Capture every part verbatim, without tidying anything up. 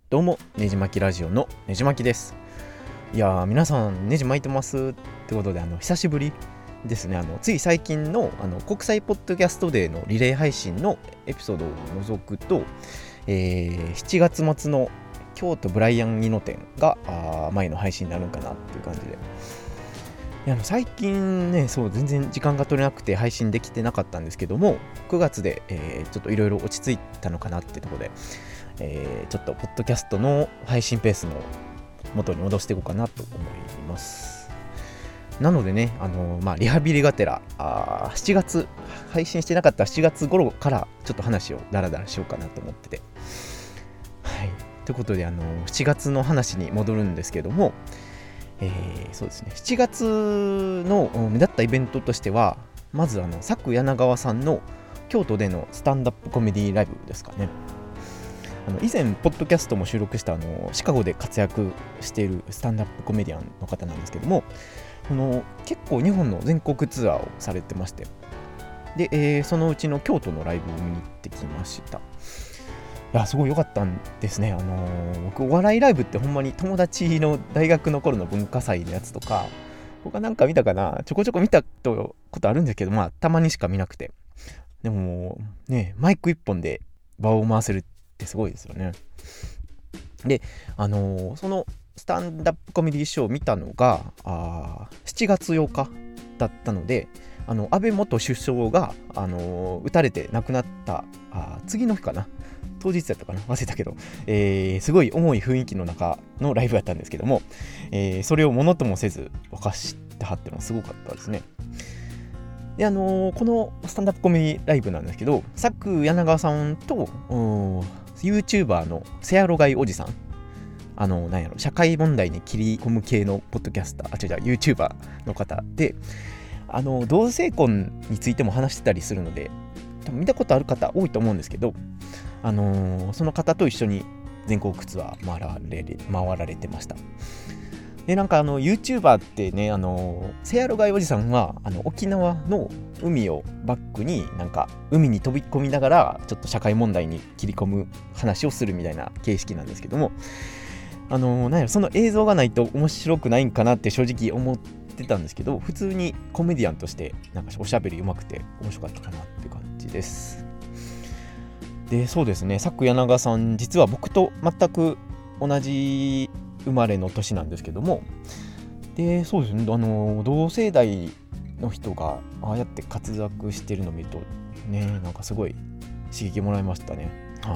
どうもねじ巻きラジオのねじ巻きです。いやー皆さんねじ巻いてますってことで、あの久しぶりですね。あのつい最近のあの国際ポッドキャストデーのリレー配信のエピソードを除くと、えー、しちがつ末の京都ブライアンイノ展があ前の配信になるんかなっていう感じで、いやあの最近ねそう全然時間が取れなくて配信できてなかったんですけども、くがつで、えー、ちょっといろいろ落ち着いたのかなってところで、えー、ちょっとポッドキャストの配信ペースの元に戻していこうかなと思います。なのでね、あのー、まあリハビリがてらあしちがつ配信してなかったしちがつ頃からちょっと話をダラダラしようかなと思ってて、はいということで、あのー、しちがつの話に戻るんですけども、えー、そうですねしちがつの目立ったイベントとしては、まずあの佐久柳川さんの京都でのスタンダップコメディライブですかね。あの以前ポッドキャストも収録したあのシカゴで活躍しているスタンダップコメディアンの方なんですけども、この結構日本の全国ツアーをされてまして、で、えー、そのうちの京都のライブを見に行ってきました。いやすごい良かったんですね。あのー、僕お笑いライブってほんまに友達の大学の頃の文化祭のやつとか他なんか見たかな、ちょこちょこ見たことあるんですけど、まあたまにしか見なくて、でももうねマイク一本で場を回せるってすごいですよね。で、あのー、そのスタンダップコメディショーを見たのがあしちがつようかだったので、あの安倍元首相が、あのー、撃たれて亡くなったあ次の日かな、当日やったかな忘れたけど、えー、すごい重い雰囲気の中のライブやったんですけども、えー、それをものともせず沸かしてはってのはすごかったですね。で、あのー、このスタンダップコメディライブなんですけど、佐久柳川さんとYouTuber のセアロガイおじさん、あのなんやろ社会問題に切り込む系のポッドキャスター、あ違う違う YouTuber の方で、あの同性婚についても話してたりするので、多分見たことある方多いと思うんですけど、あのー、その方と一緒に全国ツアー回られ回られてました。でなんかあの YouTuber ってね、あのセアロガイおじさんはあの沖縄の海をバックになんか海に飛び込みながらちょっと社会問題に切り込む話をするみたいな形式なんですけども、あのなんやろその映像がないと面白くないんかなって正直思ってたんですけど、普通にコメディアンとしてなんかおしゃべりうまくて面白かったかなっていう感じです。でそうですね、佐久柳川さん実は僕と全く同じ生まれの年なんですけども、でそうですね、あの同世代の人がああやって活躍してるのを見るとね、なんかすごい刺激もらいましたね。はい、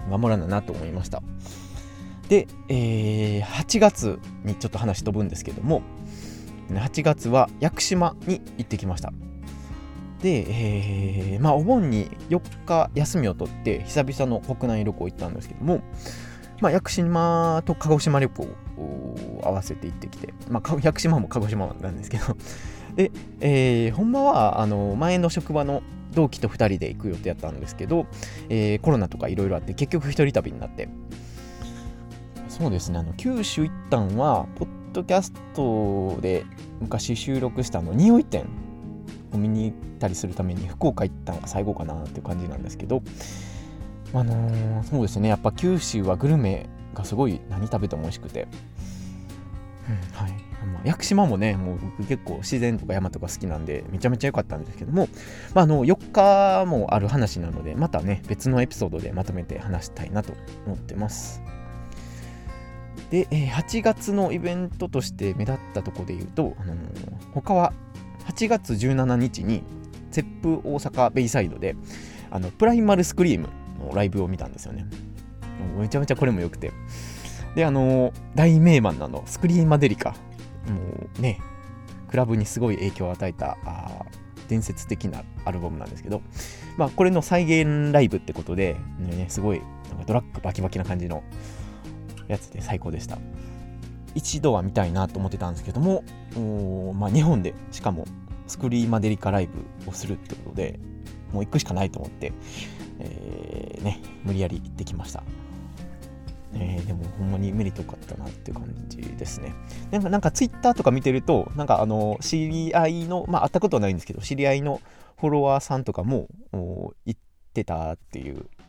頑張らななと思いました。で、えー、はちがつにちょっと話飛ぶんですけども、はちがつは屋久島に行ってきました。で、えー、まあお盆によっか休みを取って久々の国内旅行行ったんですけども、まあ、屋久島と鹿児島旅行を合わせて行ってきて、まあ、屋久島も鹿児島なんですけどで、えー、ほんまはあの前の職場の同期とふたりで行く予定だったんですけど、えー、コロナとかいろいろあって結局一人旅になって、そうですね、あの九州行ったんはポッドキャストで昔収録したあの匂い店を見に行ったりするために福岡行ったのが最後かなっていう感じなんですけど、あのー、そうですね、やっぱ九州はグルメがすごい何食べても美味しくて、うんはいまあ、屋久島もねもう僕結構自然とか山とか好きなんでめちゃめちゃ良かったんですけども、まあ、あのよっかもある話なのでまたね別のエピソードでまとめて話したいなと思ってます。で、えー、はちがつのイベントとして目立ったところで言うと、あのー、他ははちがつじゅうしちにちにゼップ大阪ベイサイドであのプライマルスクリームのライブを見たんですよね。めちゃめちゃこれも良くて、であのー、大名盤なのスクリーンマデリカ、もうねクラブにすごい影響を与えたあ伝説的なアルバムなんですけど、まあこれの再現ライブってことで、ね、すごいなんかドラッグバキバキな感じのやつで最高でした。一度は見たいなと思ってたんですけども、まあ、日本でしかもスクリーンマデリカライブをするってことでもう行くしかないと思って、えーね、無理やり行ってきました。えー、でもほんまにメリット良かったなっていう感じですね。なんかなんかツイッターとか見てるとなんかあの知り合いのまあ会ったことはないんですけど知り合いのフォロワーさんとかも行ってたっていう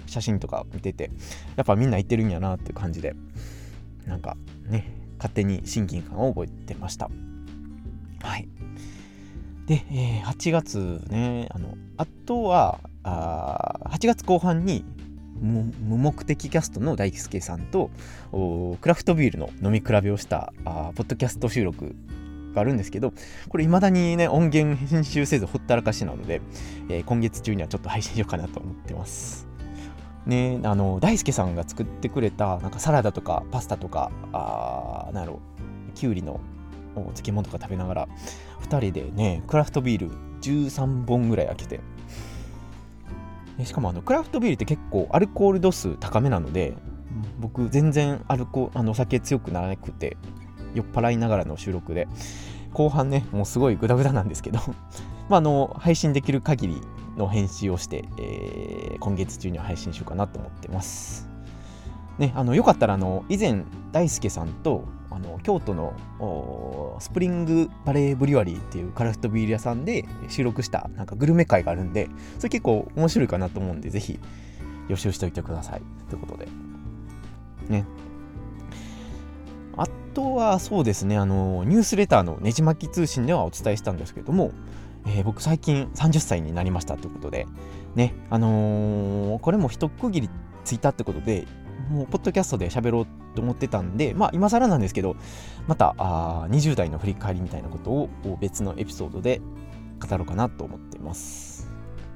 写真とか見てて、やっぱみんな行ってるんやなっていう感じで、なんかね勝手に親近感を覚えてました。はい。で、えー、はちがつね、あのあとはあはちがつこう半に無目的キャストの大輔さんとクラフトビールの飲み比べをしたあポッドキャスト収録があるんですけど、これ未だにね音源編集せずほったらかしなので、えー、今月中にはちょっと配信しようかなと思ってますね。あの大輔さんが作ってくれたなんかサラダとかパスタとかあなんやろきゅうりの漬物とか食べながらふたりでねクラフトビールじゅうさんぼんぐらい開けて、しかもあのクラフトビールって結構アルコール度数高めなので、僕全然アルコあのお酒強くならなくて酔っ払いながらの収録で、後半ねもうすごいグダグダなんですけどまああの配信できる限りの編集をして、えー、今月中には配信しようかなと思ってますね。あのよかったらあの以前大輔さんとあの京都のスプリングバレーブリュワリーっていうクラフトビール屋さんで収録したなんかグルメ会があるんで、それ結構面白いかなと思うんで、ぜひ予習しておいてくださいということでね。あとはそうですね、あのニュースレターのねじ巻き通信ではお伝えしたんですけども、えー、僕最近さんじゅっさいになりましたということでね、あのー、これも一区切りついたってことで、もうポッドキャストで喋ろうと思ってたんで、まあ今更なんですけど、またあにじゅう代の振り返りみたいなことを別のエピソードで語ろうかなと思ってます。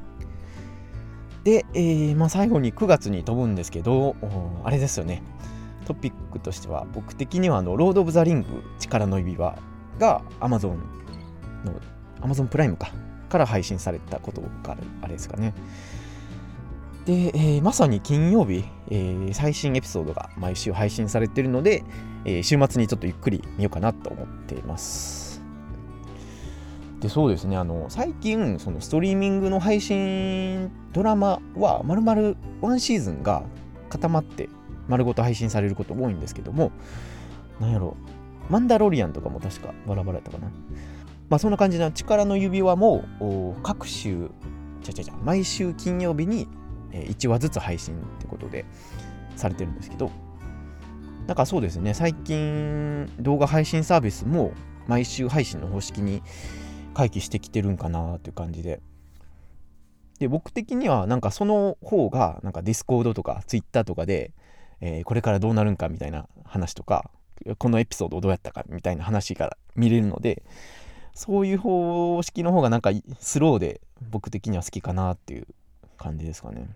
で、えーまあ、最後にくがつに飛ぶんですけど、あれですよね、トピックとしては僕的にはあのロード・オブ・ザ・リング力の指輪が Amazon の Amazon プライムかから配信されたことがあれですかね。で、えー、まさに金曜日、えー、最新エピソードが毎週配信されているので、えー、週末にちょっとゆっくり見ようかなと思っています。で、そうですね、あの最近そのストリーミングの配信ドラマは丸々ワンシーズンが固まって丸ごと配信されること多いんですけども、なんやろマンダロリアンとかも確かバラバラやったかな。まあそんな感じな力の指輪も各週ちゃちゃちゃ毎週金曜日にいちわずつ配信ってことでされてるんですけど、なんかそうですね、最近動画配信サービスも毎週配信の方式に回帰してきてるんかなっていう感じで、で僕的にはなんかその方がなんかディスコードとかツイッターとかで、えー、これからどうなるんかみたいな話とか、このエピソードどうやったかみたいな話が見れるので、そういう方式の方がなんかスローで僕的には好きかなっていう感じですかね。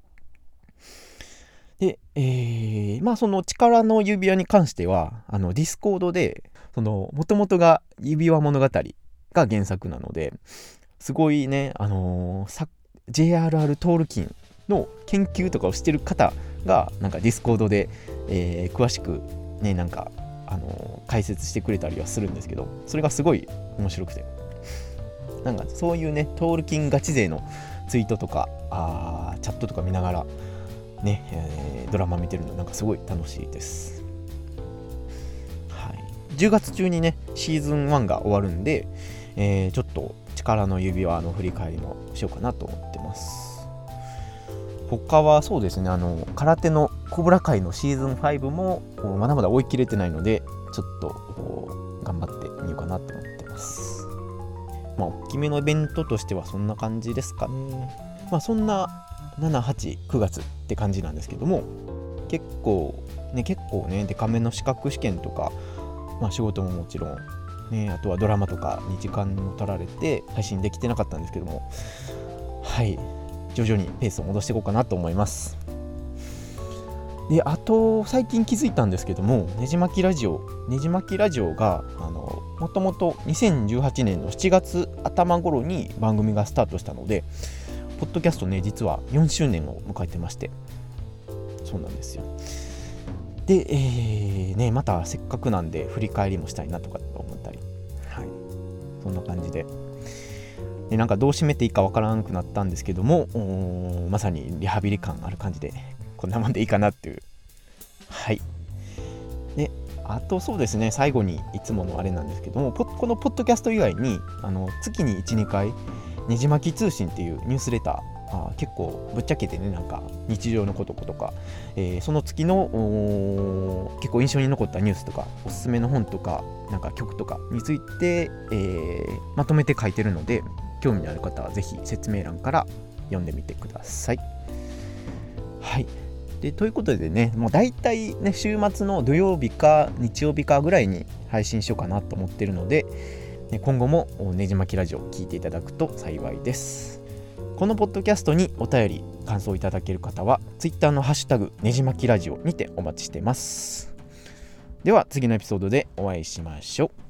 で、えー、まあその力の指輪に関してはあのディスコードでその元々が指輪物語が原作なので、すごいね、あのー、ジェイアールアール トールキンの研究とかをしてる方がなんかディスコードで、えー、詳しくねなんか、あのー、解説してくれたりはするんですけど、それがすごい面白くて、なんかそういうねトールキンガチ勢のツイートとかあチャットとか見ながらね、えー、ドラマ見てるのなんかすごい楽しいです。はい、じゅうがつ中にねシーズンワンが終わるんで、えー、ちょっと力の指輪の振り返りもしようかなと思ってます。他はそうですね、あの空手のコブラ会のシーズンファイブもまだまだ追い切れてないので、ちょっと頑張ってみようかなと思ってます。まあ大きめのイベントとしてはそんな感じですかね。まあそんなしち、はち、くがつって感じなんですけども、結構ね結構ねデカめの資格試験とか、まあ仕事ももちろんね、あとはドラマとかに時間を取られて配信できてなかったんですけども、はい徐々にペースを戻していこうかなと思います。で、あと最近気づいたんですけども、ねじ巻きラジオねじ巻きラジオがあのもともとにせんじゅうはちねんのしちがつ頭頃に番組がスタートしたので、ポッドキャストね実はよんしゅうねんを迎えてまして、そうなんですよ。で、えーね、またせっかくなんで振り返りもしたいなとか思ったり、はい、そんな感じで、でなんかどう締めていいかわからなくなったんですけども、まさにリハビリ感ある感じでこんなもんでいいかなっていう。はい。で、あとそうですね、最後にいつものあれなんですけども、このポッドキャスト以外にあの月にいち、にかいねじ巻き通信っていうニュースレターあ結構ぶっちゃけてね、なんか日常のこととか、えー、その月の結構印象に残ったニュースとかおすすめの本とかなんか曲とかについて、えー、まとめて書いてるので、興味のある方はぜひ説明欄から読んでみてください。はい。でということでね、もう大体ね週末の土曜日か日曜日かぐらいに配信しようかなと思ってるので、今後もねじまきラジオを聞いていただくと幸いです。このポッドキャストにお便り感想いただける方は Twitter のハッシュタグねじまきラジオにてお待ちしてます。では次のエピソードでお会いしましょう。